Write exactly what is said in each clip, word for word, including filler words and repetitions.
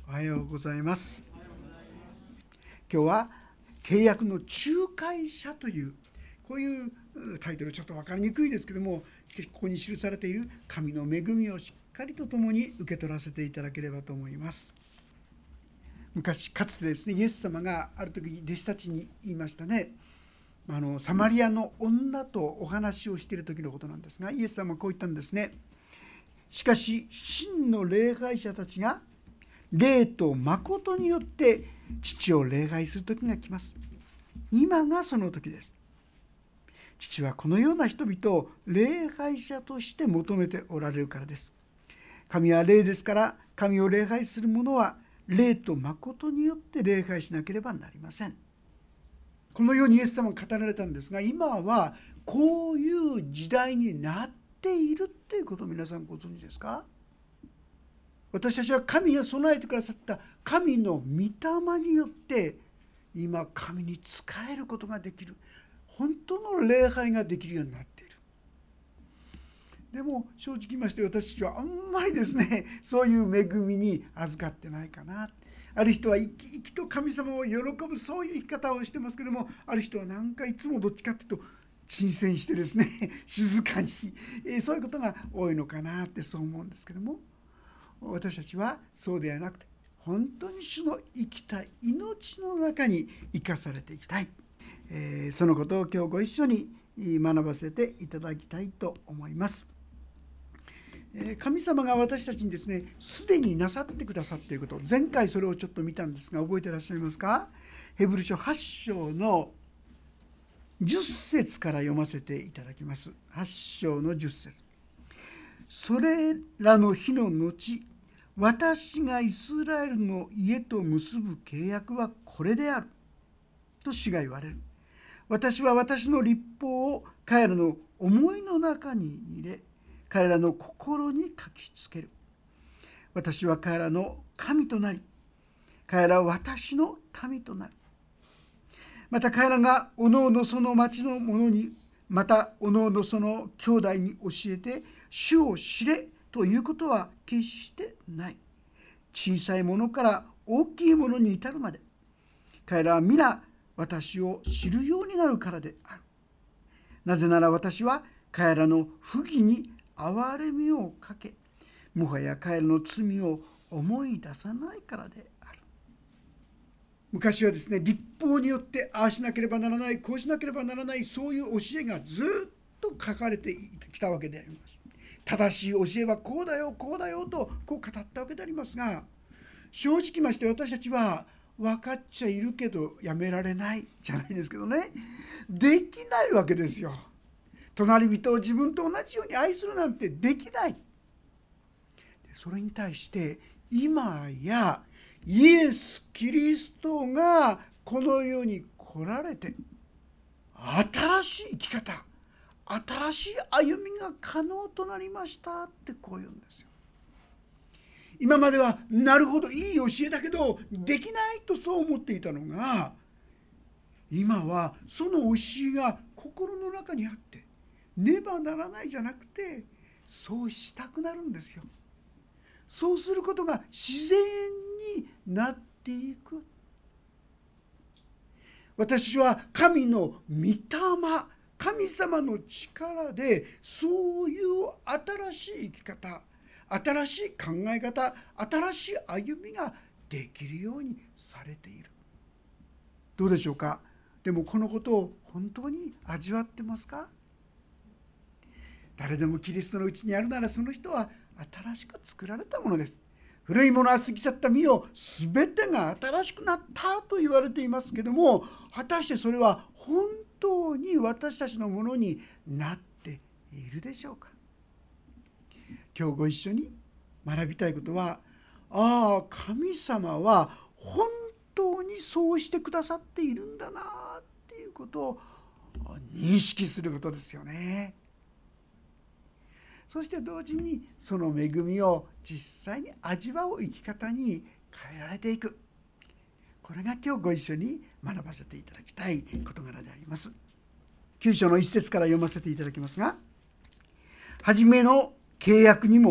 おはようございます。今日は契約の仲介者というこういうタイトル、ちょっと分かりにくいですけども、しかしここに記されている神の恵みをしっかりとともに受け取らせていただければと思います。昔かつてですね、イエス様がある時弟子たちに言いましたね。あのサマリアの女とお話をしている時のことなんですが、イエス様はこう言ったんですね。しかし真の礼拝者たちが霊と誠によって父を礼拝する時が来ます。今がその時です。父はこのような人々を礼拝者として求めておられるからです。神は霊ですから、神を礼拝する者は霊と誠によって礼拝しなければなりません。このようにイエス様が語られたんですが、今はこういう時代になっているということを皆さんご存知ですか？私たちは神が備えてくださった神の御霊によって今神に仕えることができる、本当の礼拝ができるようになっている。でも正直言いまして、私たちはあんまりですね、そういう恵みに預かってないかな。ある人は生き生きと神様を喜ぶ、そういう生き方をしてますけども、ある人はなんかいつもどっちかっていうと沈潜してですね、静かに、えー、そういうことが多いのかなってそう思うんですけども、私たちはそうではなくて、本当に主の生きた命の中に生かされていきたい、えー、そのことを今日ご一緒に学ばせていただきたいと思います。えー、神様が私たちにですね、すでになさってくださっていること、前回それをちょっと見たんですが、覚えていらっしゃいますか？ヘブル書はち章のじゅっ節から読ませていただきます。はち章のじゅっ節。それらの日の後、私がイスラエルの家と結ぶ契約はこれであると主が言われる。私は私の律法を彼らの思いの中に入れ、彼らの心に書きつける。私は彼らの神となり、彼らは私の民となる。また彼らがおのおのその町の者に、またおのおのその兄弟に教えて、主を知れということは決してない。小さいものから大きいものに至るまで、彼らは皆私を知るようになるからである。なぜなら私は彼らの不義に憐れみをかけ、もはや彼らの罪を思い出さないからである。昔はですね、律法によってああしなければならない、こうしなければならない、そういう教えがずっと書かれてきたわけであります。正しい教えはこうだよ、こうだよとこう語ったわけでありますが、正直まして私たちは分かっちゃいるけどやめられないじゃないですけどね、できないわけですよ。隣人を自分と同じように愛するなんてできない。それに対して今やイエス・キリストがこの世に来られて、新しい生き方、新しい歩みが可能となりましたってこう言うんですよ。今まではなるほどいい教えだけどできないとそう思っていたのが、今はその教えが心の中にあって、ねばならないじゃなくてそうしたくなるんですよ。そうすることが自然になっていく。私は神の御霊、神様の力でそういう新しい生き方、新しい考え方、新しい歩みができるようにされている。どうでしょうか？でもこのことを本当に味わってますか？誰でもキリストのうちにあるなら、その人は新しく作られたものです。古いものは過ぎ去った身よ、すべてが新しくなったと言われていますけども、果たしてそれは本当に私たちのものになっているでしょうか？今日ご一緒に学びたいことは、ああ、神様は本当にそうしてくださっているんだなっていうことを認識することですよね。そして同時にその恵みを実際に味わう生き方に変えられていく。これが今日ご一緒に学ばせていただきたい事柄であります。きゅう章の一節から読ませていただきますが、初めの契約にも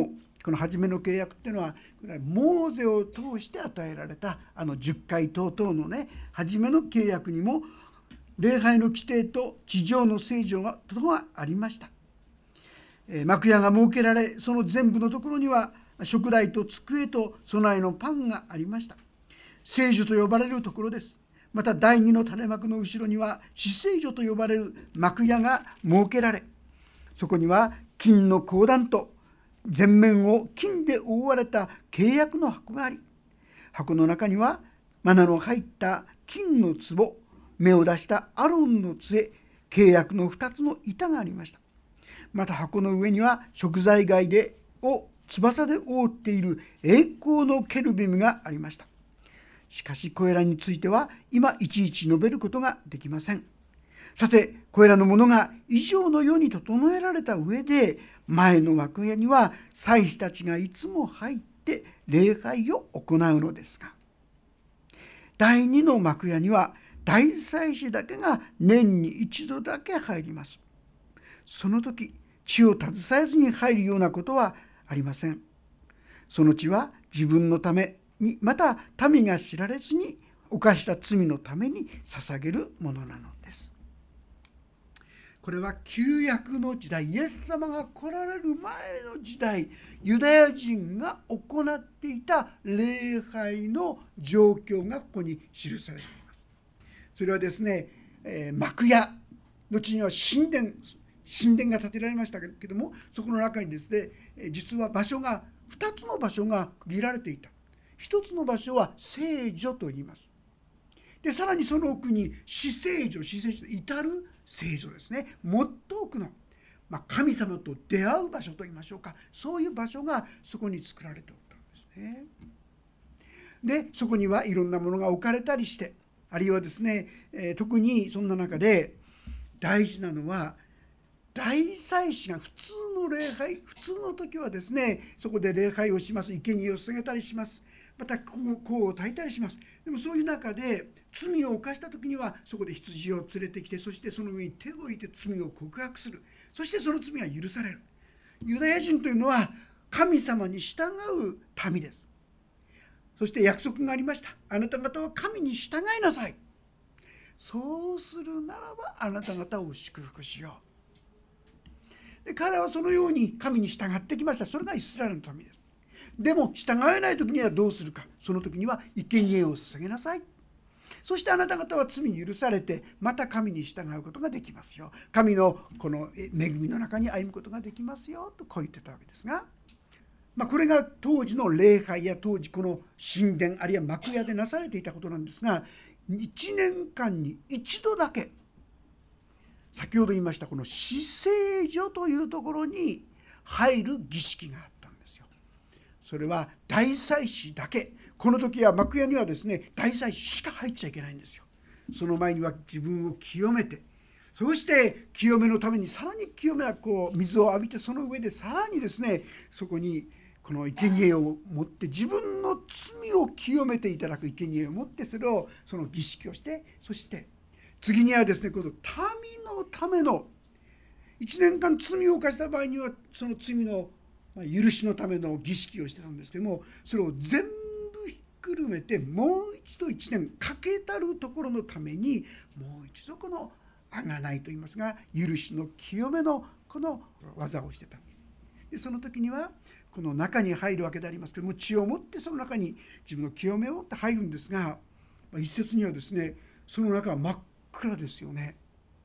この初めの契約っていうのはこれはモーゼを通して与えられたあのじゅっかい等々のね初めの契約にも礼拝の規定と地上の聖女がとがありました。幕屋が設けられ、その全部のところには食台と机と備えのパンがありました。聖女と呼ばれるところです。また第二の垂幕の後ろには至聖所と呼ばれる幕屋が設けられ、そこには金の香壇と全面を金で覆われた契約の箱があり、箱の中にはマナの入った金の壺、目を出したアロンの杖、契約のふたつの板がありました。また箱の上には食材街でを翼で覆っている栄光のケルビムがありました。しかしこれらについては今いちいち述べることができません。さてこれらのものが以上のように整えられた上で、前の幕屋には祭司たちがいつも入って礼拝を行うのですが、第二の幕屋には大祭司だけが年に一度だけ入ります。その時血を携えずに入るようなことはありません。その血は自分のために、また民が知られずに犯した罪のために捧げるものなのです。これは旧約の時代、イエス様が来られる前の時代、ユダヤ人が行っていた礼拝の状況がここに記されています。それはですね、えー、幕屋、後には神殿、神殿が建てられましたけども、そこの中にですね、実は場所がふたつの場所が区切られていた。ひとつの場所は聖女と言います。でさらにその奥に至聖所、至聖所と至る聖所ですね。最も奥の、まあ、神様と出会う場所と言いましょうか、そういう場所がそこに作られておったんですね。でそこにはいろんなものが置かれたりして、あるいはですね、えー、特にそんな中で大事なのは、大祭司が普通の礼拝、普通の時はですね、そこで礼拝をします。生贄を捧げたりします。また香を焚いたりします。でもそういう中で罪を犯した時にはそこで羊を連れてきて、そしてその上に手を置いて罪を告白する。そしてその罪が許される。ユダヤ人というのは神様に従う民です。そして約束がありました。あなた方は神に従いなさい。そうするならばあなた方を祝福しよう。で彼らはそのように神に従ってきました。それがイスラエルの民です。でも従えない時にはどうするか。その時には生贄を捧げなさい。そしてあなた方は罪許されて、また神に従うことができますよ。神のこの恵みの中に歩むことができますよとこう言ってたわけですが、まあ、これが当時の礼拝や当時この神殿あるいは幕屋でなされていたことなんですが、いちねんかんに一度だけ、先ほど言いましたこの至聖所というところに入る儀式があったんですよ。それは大祭司だけ。この時は幕屋にはですね、大祭司しか入っちゃいけないんですよ。その前には自分を清めて、そして清めのためにさらに清めはこう水を浴びて、その上でさらにですね、そこにこの生贄を持って自分の罪を清めていただく生贄を持って、それをその儀式をして、そして次にはですね、この民のためのいちねんかん罪を犯した場合にはその罪の許しのための儀式をしてたんですけども、それを全部ひっくるめてもう一度いちねんかけたるところのために、もう一度この贖いといいますが、許しの清めのこの技をしてたんです。でその時にはこの中に入るわけでありますけども、血を持ってその中に自分の清めを持って入るんですが、一節にはですね、その中は真っ暗ですよね。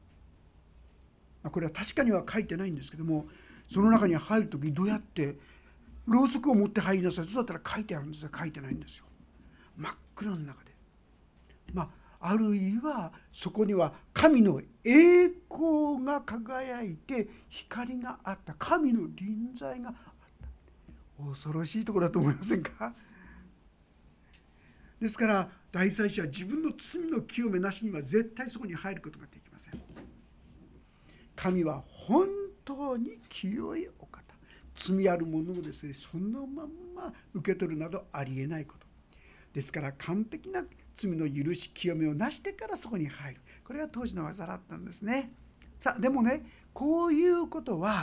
これは確かには書いてないんですけども、その中に入る時どうやってろうそくを持って入りなさい、そうだったら書いてあるんですが、書いてないんですよ。真っ暗の中で、まああるいはそこには神の栄光が輝いて光があった、神の臨在があった。恐ろしいところだと思いませんか。ですから大祭司は自分の罪の清めなしには絶対そこに入ることができません。神は本当に清いお方、罪あるものをですね、そのまんま受け取るなどありえないことですから、完璧な罪の許し清めをなしてからそこに入る、これは当時の技だったんですね。さあでもね、こういうことは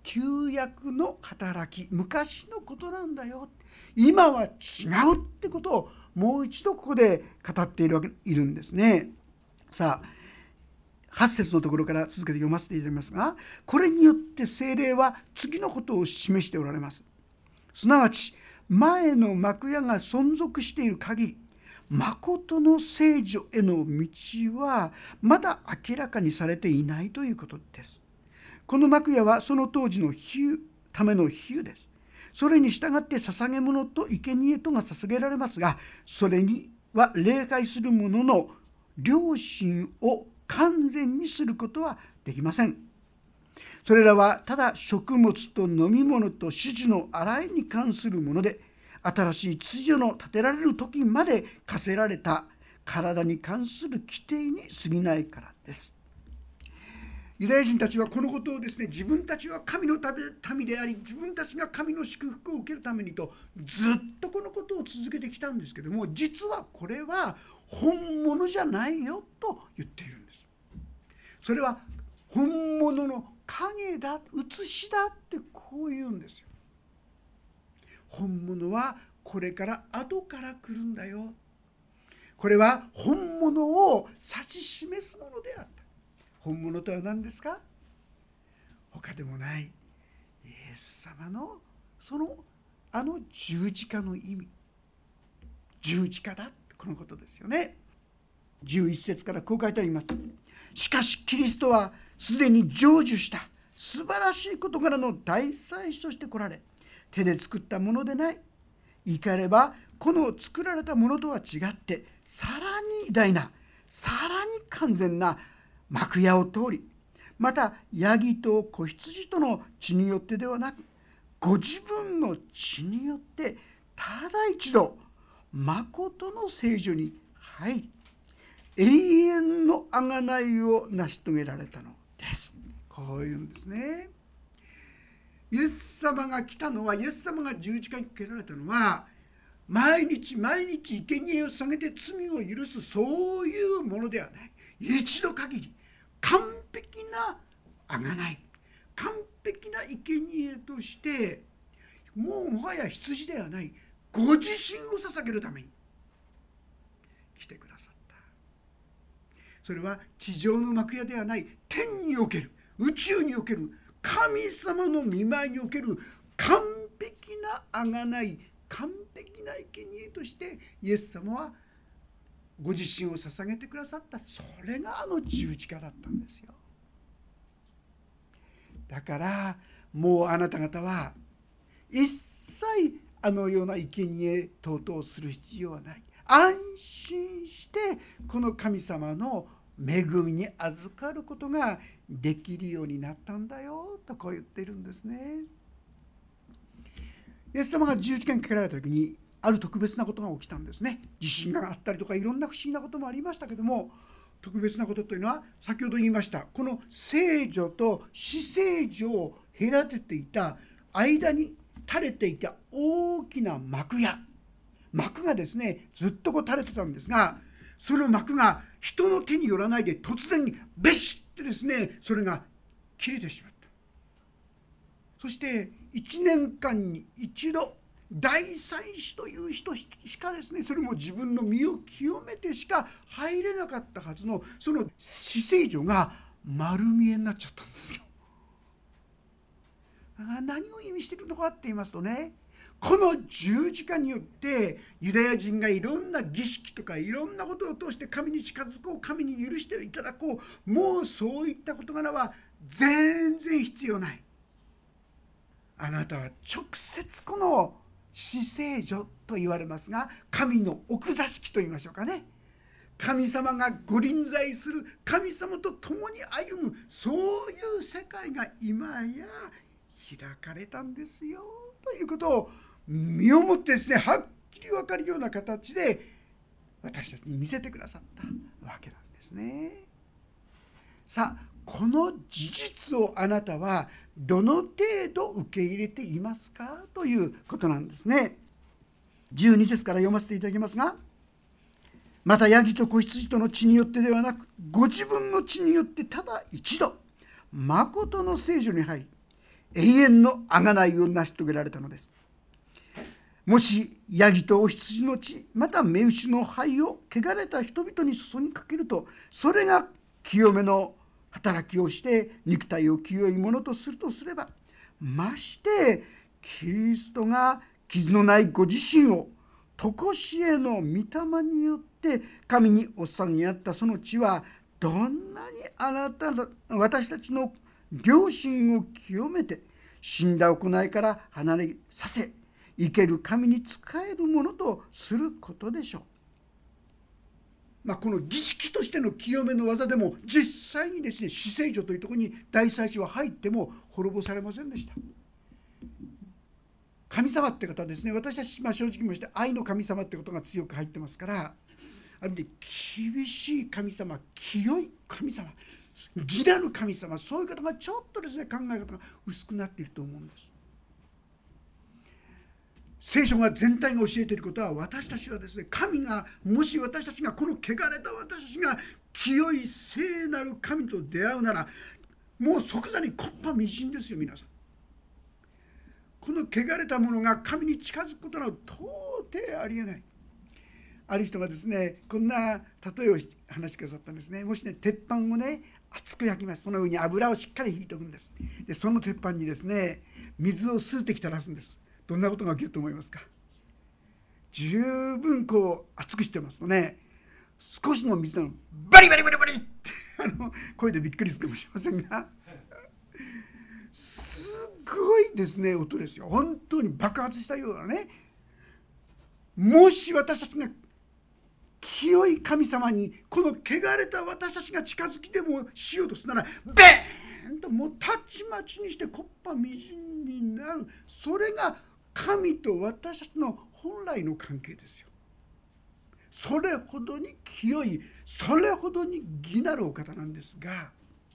旧約の働き、昔のことなんだよ、今は違うってことをもう一度ここで語っているわけいるんですね。さあはち節のところから続けて読ませていただきますが、これによって聖霊は次のことを示しておられます。すなわち前の幕屋が存続している限り、誠の聖女への道はまだ明らかにされていないということです。この幕屋はその当時の比喩ための比喩です。それに従って捧げ物と生贄とが捧げられますが、それには礼拝する者の良心を完全にすることはできません。それらはただ食物と飲み物と種々の洗いに関するもので、新しい秩序の立てられる時まで課せられた体に関する規定に過ぎないからです。ユダヤ人たちはこのことをですね、自分たちは神の民であり、自分たちが神の祝福を受けるためにとずっとこのことを続けてきたんですけども、実はこれは本物じゃないよと言っているんです。それは本物の影だ、写しだってこう言うんですよ。本物はこれから後から来るんだよ。これは本物を指し示すものであった。本物とは何ですか？他でもないイエス様のそのあの十字架の意味、十字架だ、このことですよね。じゅういち節からこう書いてあります。しかしキリストはすでに成就した素晴らしい事柄の大祭司として来られ、手で作ったものでない。言い換えれば、この作られたものとは違ってさらに偉大な、さらに完全な幕屋を通り、またヤギと子羊との血によってではなく、ご自分の血によってただ一度誠の聖所に入り、永遠の贖いを成し遂げられたのです。こういうんですね。イエス様が来たのは、イエス様が十字架にかけられたのは、毎日毎日生贄を捧げて罪を許す、そういうものではない。一度限り完璧な贖い、完璧な生贄として、もうもはや羊ではない、ご自身を捧げるために来てくださった。それは地上の幕屋ではない、天における、宇宙における神様の御前における完璧な贖い、完璧な生贄としてイエス様はご自身を捧げてくださった。それがあの十字架だったんですよ。だからもうあなた方は一切あのような生贄等々する必要はない。安心してこの神様の恵みに預かることができるようになったんだよとこう言っているんですね。イエス様が十字架にかけられた時にある特別なことが起きたんですね。地震があったりとかいろんな不思議なこともありましたけども、特別なことというのは先ほど言いましたこの聖女と至聖女を隔てていた間に垂れていた大きな幕や幕がですねずっとこう垂れてたんですが、その幕が人の手によらないで突然にベシッてですねそれが切れてしまった。そしていちねんかんに一度大祭司という人しかですね、それも自分の身を清めてしか入れなかったはずのその至聖所が丸見えになっちゃったんですよ。何を意味しているのかって言いますとね、この十字架によってユダヤ人がいろんな儀式とかいろんなことを通して神に近づこう、神に許していただこう、もうそういった事柄は全然必要ない。あなたは直接この至聖所と言われますが、神の奥座敷と言いましょうかね、神様がご臨在する、神様と共に歩む、そういう世界が今や開かれたんですよということを身をもってですね、はっきり分かるような形で私たちに見せてくださったわけなんですね。さあ、この事実をあなたはどの程度受け入れていますかということなんですね。じゅうに節から読ませていただきますが、またヤギと子羊との血によってではなく、ご自分の血によってただ一度誠の聖所に入り、 永遠の贖いを成し遂げられたのです。もしヤギとお羊の血、また雌牛の灰を汚れた人々に注ぎかけると、それが清めの働きをして肉体を清いものとするとすれば、ましてキリストが傷のないご自身を常しえの御霊によって神にお捧げにあったその血は、どんなにあなた私たちの良心を清めて死んだ行いから離れさせ、生ける神に仕えるものとすることでしょう。まあ、この儀式としての清めの技でも実際にですね、至聖所というところに大祭司は入っても滅ぼされませんでした。神様って方はですね、私たち、まあ、正直言いまして愛の神様ってことが強く入ってますから、ある意味で厳しい神様、清い神様、義なる神様、そういう方がちょっとですね、考え方が薄くなっていると思うんです。聖書が全体が教えていることは、私たちはですね、神がもし私たちがこの汚れた私たちが清い聖なる神と出会うなら、もう即座に木っ端みじんですよ。皆さん、この汚れたものが神に近づくことは到底ありえない。ある人がですね、こんな例えを話してくださったんですね。もしね、鉄板をね熱く焼きます。その上に油をしっかり引いておくんです。でその鉄板にですね、水を数滴垂らすんです。どんなことが起きると思いますか？十分こう熱くしてますとね、少しの水のバリバリバリバリってあの声でびっくりするかもしれませんが、すごいですね音ですよ。本当に爆発したようなね。もし私たちが清い神様にこの汚れた私たちが近づきでもしようとするなら、ベーンともうたちまちにして木っ端みじんになる。それが神と私たちの本来の関係ですよ。それほどに清い、それほどに義なるお方なんですが、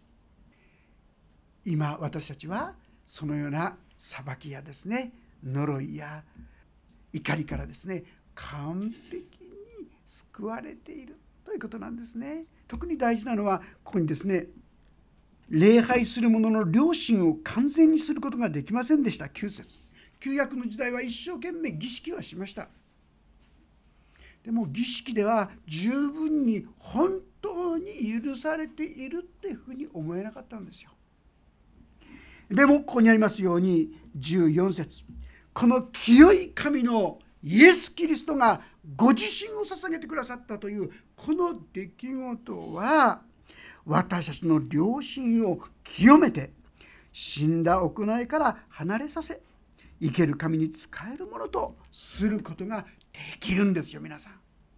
今私たちはそのような裁きやですね、呪いや怒りからですね、完璧に救われているということなんですね。特に大事なのはここにですね、礼拝する者の良心を完全にすることができませんでした。きゅう節、旧約の時代は一生懸命儀式はしました。でも儀式では十分に本当に許されているっていうふうに思えなかったんですよ。でもここにありますようにじゅうよん節、この清い神のイエス・キリストがご自身を捧げてくださったというこの出来事は、私たちの良心を清めて死んだ行いから離れさせ、生ける神に仕えるものとすることができるんですよ。皆さん、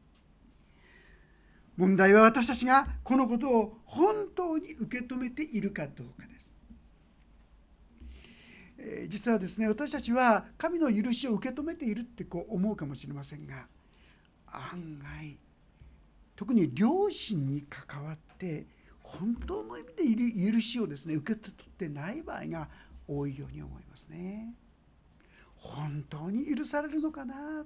問題は私たちがこのことを本当に受け止めているかどうかです。えー、実はですね、私たちは神の許しを受け止めているってこう思うかもしれませんが、案外特に良心に関わって本当の意味で許しをですね受け取ってない場合が多いように思いますね。本当に許されるのかな、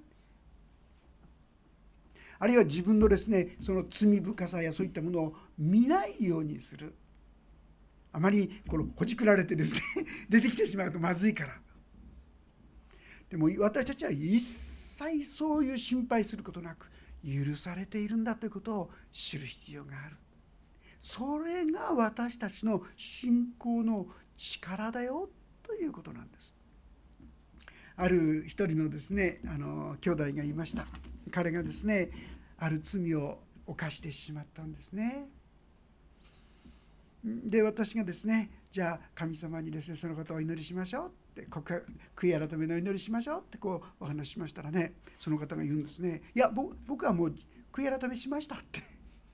あるいは自分のですねその罪深さやそういったものを見ないようにする。あまりこのほじくられてですね出てきてしまうとまずいから。でも私たちは一切そういう心配することなく許されているんだということを知る必要がある。それが私たちの信仰の力だよということなんです。ある一人のですねあの兄弟がいました。彼がですねある罪を犯してしまったんですね。で私がですね、じゃあ神様にですねそのことをお祈りしましょうって、悔い改めのお祈りしましょうってこうお話ししましたらね、その方が言うんですね、いや僕はもう悔い改めしましたって。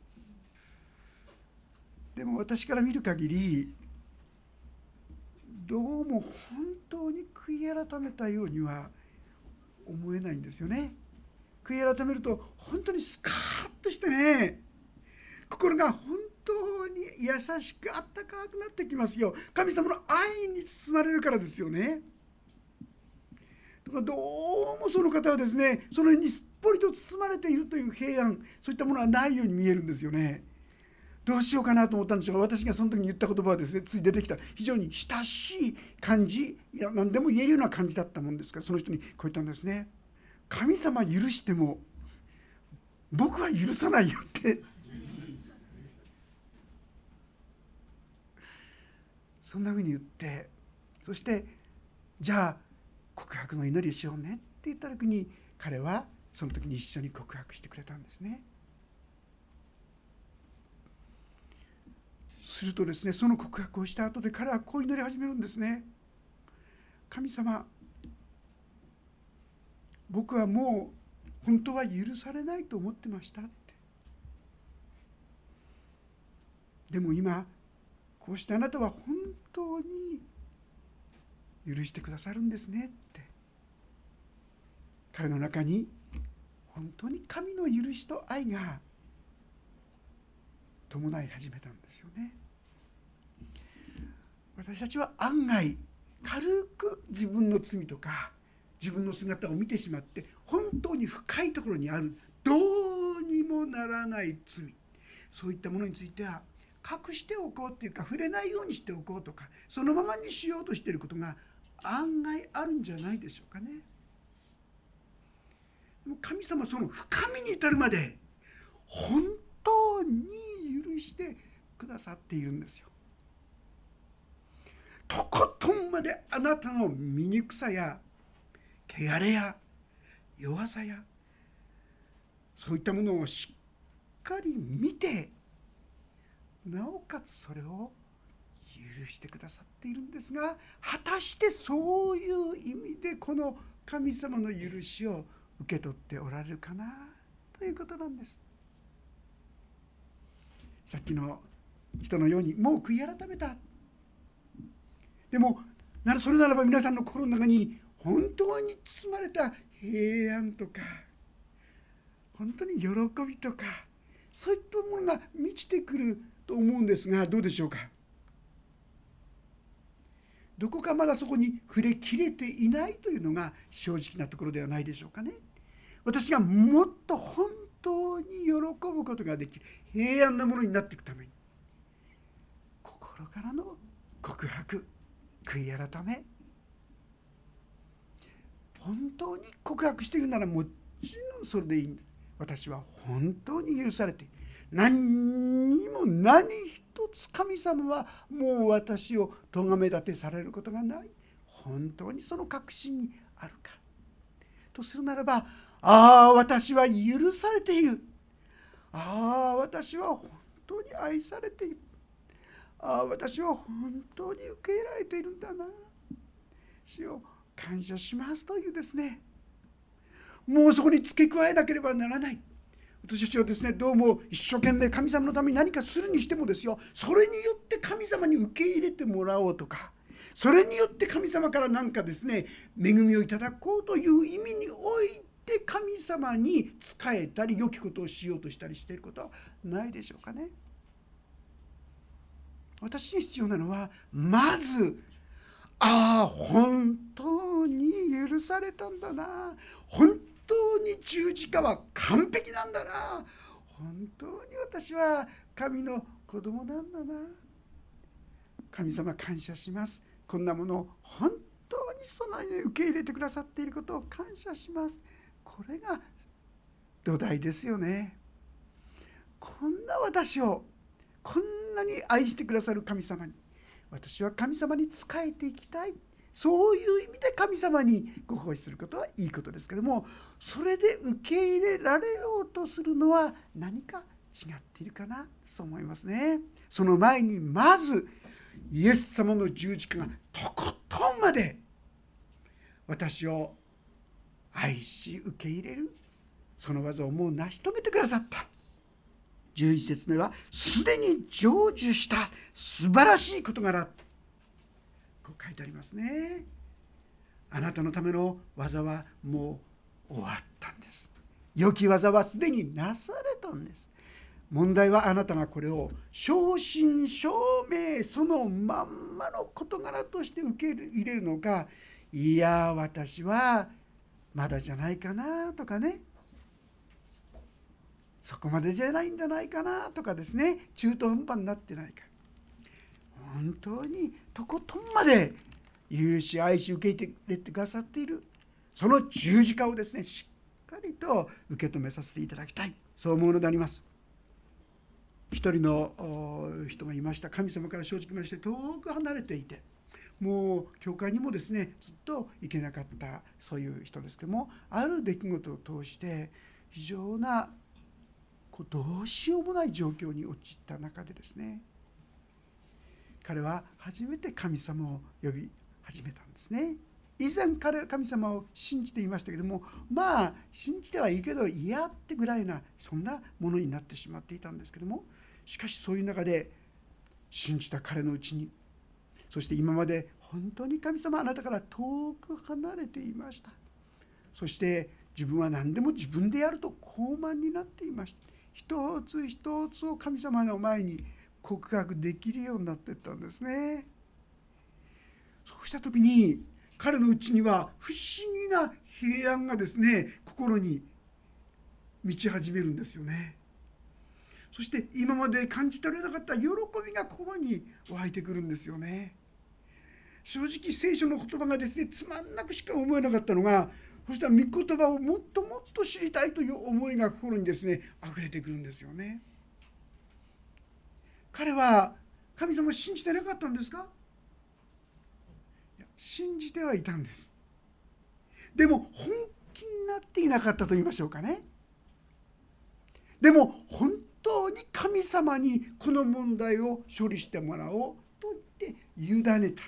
でも私から見る限りどうも本当に悔い改めたようには思えないんですよね。悔い改めると本当にスカーッとしてね、心が本当に優しくあったかくなってきますよ。神様の愛に包まれるからですよね。だからどうもその方はですねそのにすっぽりと包まれているという平安、そういったものはないように見えるんですよね。 どうしようかなと思ったんですが、私がその時に言った言葉はですね、つい出てきた非常に親しい感じ、いや何でも言えるような感じだったもんですから、その人にこう言ったんですね。神様許しても僕は許さないよってそんなふうに言って、そしてじゃあ告白の祈りしようねって言った時に、彼はその時に一緒に告白してくれたんですね。するとですね、その告白をした後で彼はこう祈り始めるんですね。神様、僕はもう本当は許されないと思ってましたって。でも今こうしてあなたは本当に許してくださるんですねって。彼の中に本当に神の許しと愛が伴い始めたんですよね。私たちは案外軽く自分の罪とか自分の姿を見てしまって、本当に深いところにあるどうにもならない罪、そういったものについては隠しておこうっていうか、触れないようにしておこうとか、そのままにしようとしていることが案外あるんじゃないでしょうかね。神様はその深みに至るまで本当に許してくださっているんですよ。とことんまであなたの醜さや汚れや弱さやそういったものをしっかり見て、なおかつそれを許してくださっているんですが、果たしてそういう意味でこの神様の許しを受け取っておられるかなということなんです。さっきの人のようにもう悔い改めた。でもそれならば皆さんの心の中に本当に包まれた平安とか本当に喜びとかそういったものが満ちてくると思うんですが、どうでしょうか。どこかまだそこに触れきれていないというのが正直なところではないでしょうかね。私がもっと本当に喜ぶことができる平安なものになっていくために、心からの告白、悔い改め、本当に告白しているならもちろんそれでいいんです。私は本当に許されている。何にも何一つ神様はもう私を咎め立てされることがない。本当にその確信にあるかとするならば、ああ私は許されている。ああ私は本当に愛されている。ああ私は本当に受け入れられているんだな。主を感謝しますというですね、もうそこに付け加えなければならない。私たちはですね、どうも一生懸命神様のために何かするにしてもですよ、それによって神様に受け入れてもらおうとか、それによって神様から何かですね恵みをいただこうという意味において神様に仕えたり良きことをしようとしたりしていることはないでしょうかね。私に必要なのはまず、ああ本当に許されたんだな、本当に十字架は完璧なんだな、本当に私は神の子供なんだな、神様感謝します、こんなものを本当にそのように受け入れてくださっていることを感謝します。これが土台ですよね。こんな私をこんなに愛してくださる神様に、私は神様に仕えていきたい、そういう意味で神様にご奉仕することはいいことですけども、それで受け入れられようとするのは何か違っているかな、そう思いますね。その前にまずイエス様の十字架がとことんまで私を愛し受け入れる、その技をもう成し遂げてくださった。じゅういち節ではすでに成就した素晴らしい事柄、こう書いてありますね。あなたのための技はもう終わったんです。良き技はすでになされたんです。問題はあなたがこれを正真正銘そのまんまの事柄として受け入れるのか、いや私はまだじゃないかなとかね、 そこまでじゃないんじゃないかなとかですね、中途半端になってないか、本当にとことんまで許し愛し受け入れてくださっている、その十字架をですね、しっかりと受け止めさせていただきたい、そう思うのであります。一人の人がいました。神様から正直まして遠く離れていて、もう教会にもですねずっと行けなかった、そういう人ですけども、ある出来事を通して非常なこうどうしようもない状況に陥った中でですね、彼は初めて神様を呼び始めたんですね。以前彼は神様を信じていましたけども、まあ信じてはいいけど嫌ってぐらいな、そんなものになってしまっていたんですけども、しかしそういう中で信じた彼のうちに、そして今まで本当に神様あなたから遠く離れていました、そして自分は何でも自分でやると高慢になっていました、一つ一つを神様の前に告白できるようになっていったんですね。そうした時に彼のうちには不思議な平安がですね、心に満ち始めるんですよね。そして今まで感じ取れなかった喜びが心に湧いてくるんですよね。正直聖書の言葉がですねつまんなくしか思えなかったのが、そしたら御言葉をもっともっと知りたいという思いが心にですね溢れてくるんですよね。彼は神様を信じてなかったんですか？いや、信じてはいたんです。でも本気になっていなかったと言いましょうかね。でも本当に神様にこの問題を処理してもらおうと言って委ねた。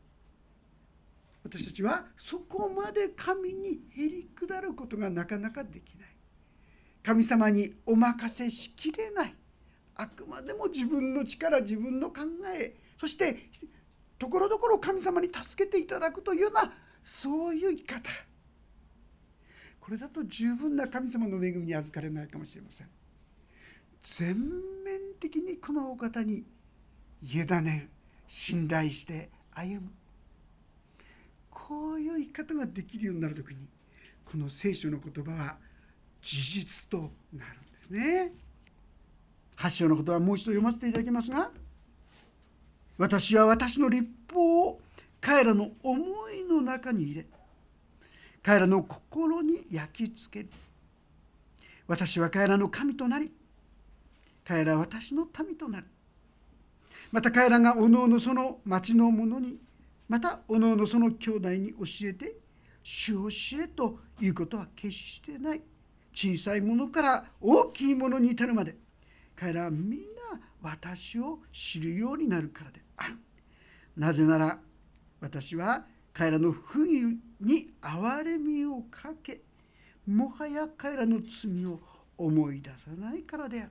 私たちはそこまで神にへり下ることがなかなかできない。神様にお任せしきれない。あくまでも自分の力、自分の考え、そしてところどころ神様に助けていただくというような、そういう生き方。これだと十分な神様の恵みに預かれないかもしれません。全面的にこのお方に委ねる、信頼して歩む、こういう生き方ができるようになるときに、この聖書の言葉は事実となるんですね。はち章の言葉をもう一度読ませていただきますが、私は私の律法を彼らの思いの中に入れ、彼らの心に焼き付ける。私は彼らの神となり、彼らは私の民となる。また彼らがおのおのその町の者に、またおのおのその兄弟に教えて、主を知れということは決してない。小さいものから大きいものに至るまで、彼らはみんな私を知るようになるからである。なぜなら私は彼らの不義に憐れみをかけ、もはや彼らの罪を思い出さないからである。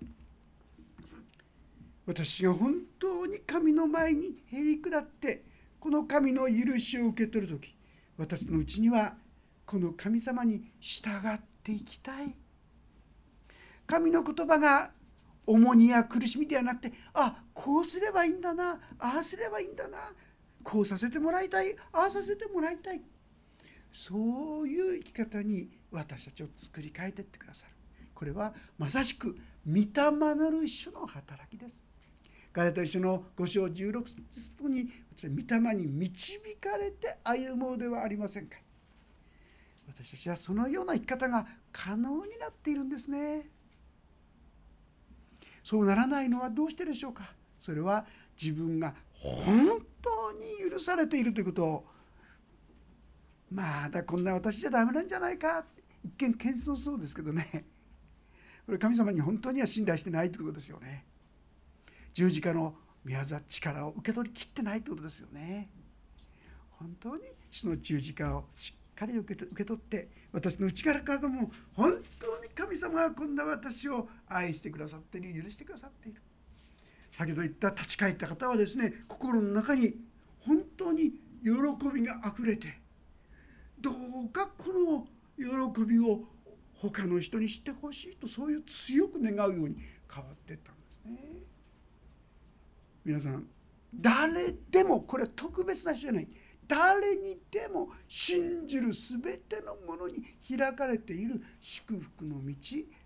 私が本当に神の前にへり下ってこの神の許しを受け取るとき、私のうちにはこの神様に従っていきたい。神の言葉が重荷や苦しみではなくて、あ、こうすればいいんだな、ああすればいいんだな、こうさせてもらいたい、ああさせてもらいたい、そういう生き方に私たちを作り変えていってくださる。これはまさしく御霊なる主の働きです。ガラテヤ書のご章じゅうろく節に、御霊に導かれて歩もうではありませんか。私たちはそのような生き方が可能になっているんですね。そうならないのはどうしてでしょうか。それは自分が本当に許されているということを、まだこんな私じゃダメなんじゃないか、一見謙遜そうですけどね、これ神様に本当には信頼してないということですよね。十字架の御業、力を受け取りきってないということですよね。本当に主の十字架をしっかり受け取って、私の内側からも本当に神様がこんな私を愛してくださっている、許してくださっている。先ほど言った立ち返った方はですね、心の中に本当に喜びがあふれて、どうかこの喜びを他の人に知ってほしいと、そういう強く願うように変わっていったんですね。皆さん、誰でも、これは特別な人じゃない、誰にでも信じるすべてのものに開かれている祝福の道、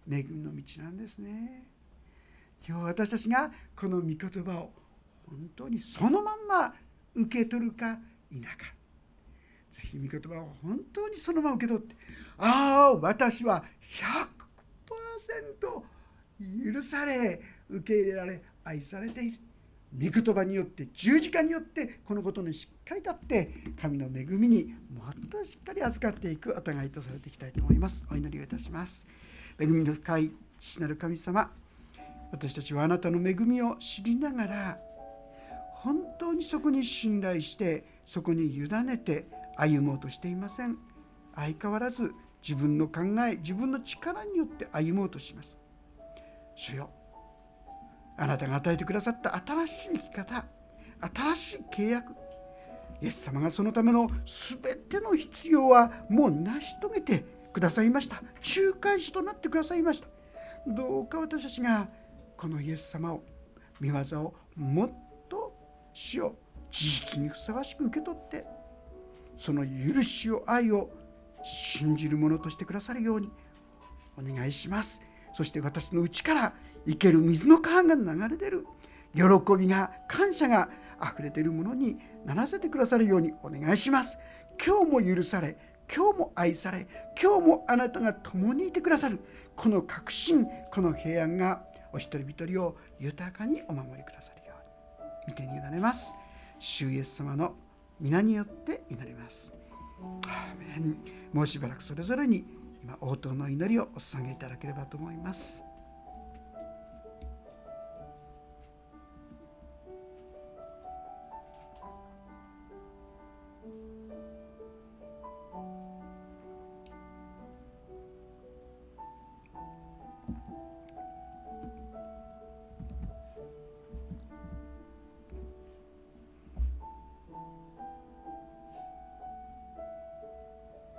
恵みの道なんですね。今日私たちがこの御言葉を本当にそのまんま受け取るか否か、ぜひ御言葉を本当にそのまま受け取って、ああ私は ひゃくパーセント 許され受け入れられ愛されている、御言葉によって十字架によってこのことにしっかり立って神の恵みにもっとしっかり預かっていくお互いとされていきたいと思います。お祈りをいたします。恵みの深い父なる神様、私たちはあなたの恵みを知りながら本当にそこに信頼してそこに委ねて歩もうとしていません。相変わらず自分の考え自分の力によって歩もうとします。主よ、あなたが与えてくださった新しい生き方、新しい契約、イエス様がそのためのすべての必要はもう成し遂げてくださいました。仲介者となってくださいました。どうか私たちがこのイエス様を、御業をもっと主を事実にふさわしく受け取って、その許しを愛を信じるものとしてくださるようにお願いします。そして私の内から生ける水の川が流れ出る喜びが、感謝があふれているものにならせてくださるようにお願いします。今日も許され、今日も愛され、今日もあなたが共にいてくださる、この確信、この平安がお一人一人を豊かにお守りくださるように御手に委ねます。主イエス様の皆によって祈ります。アーメン。もうしばらくそれぞれに今応答の祈りをお捧げいただければと思います。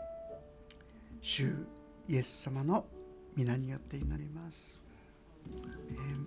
主イエス様の皆によって祈ります。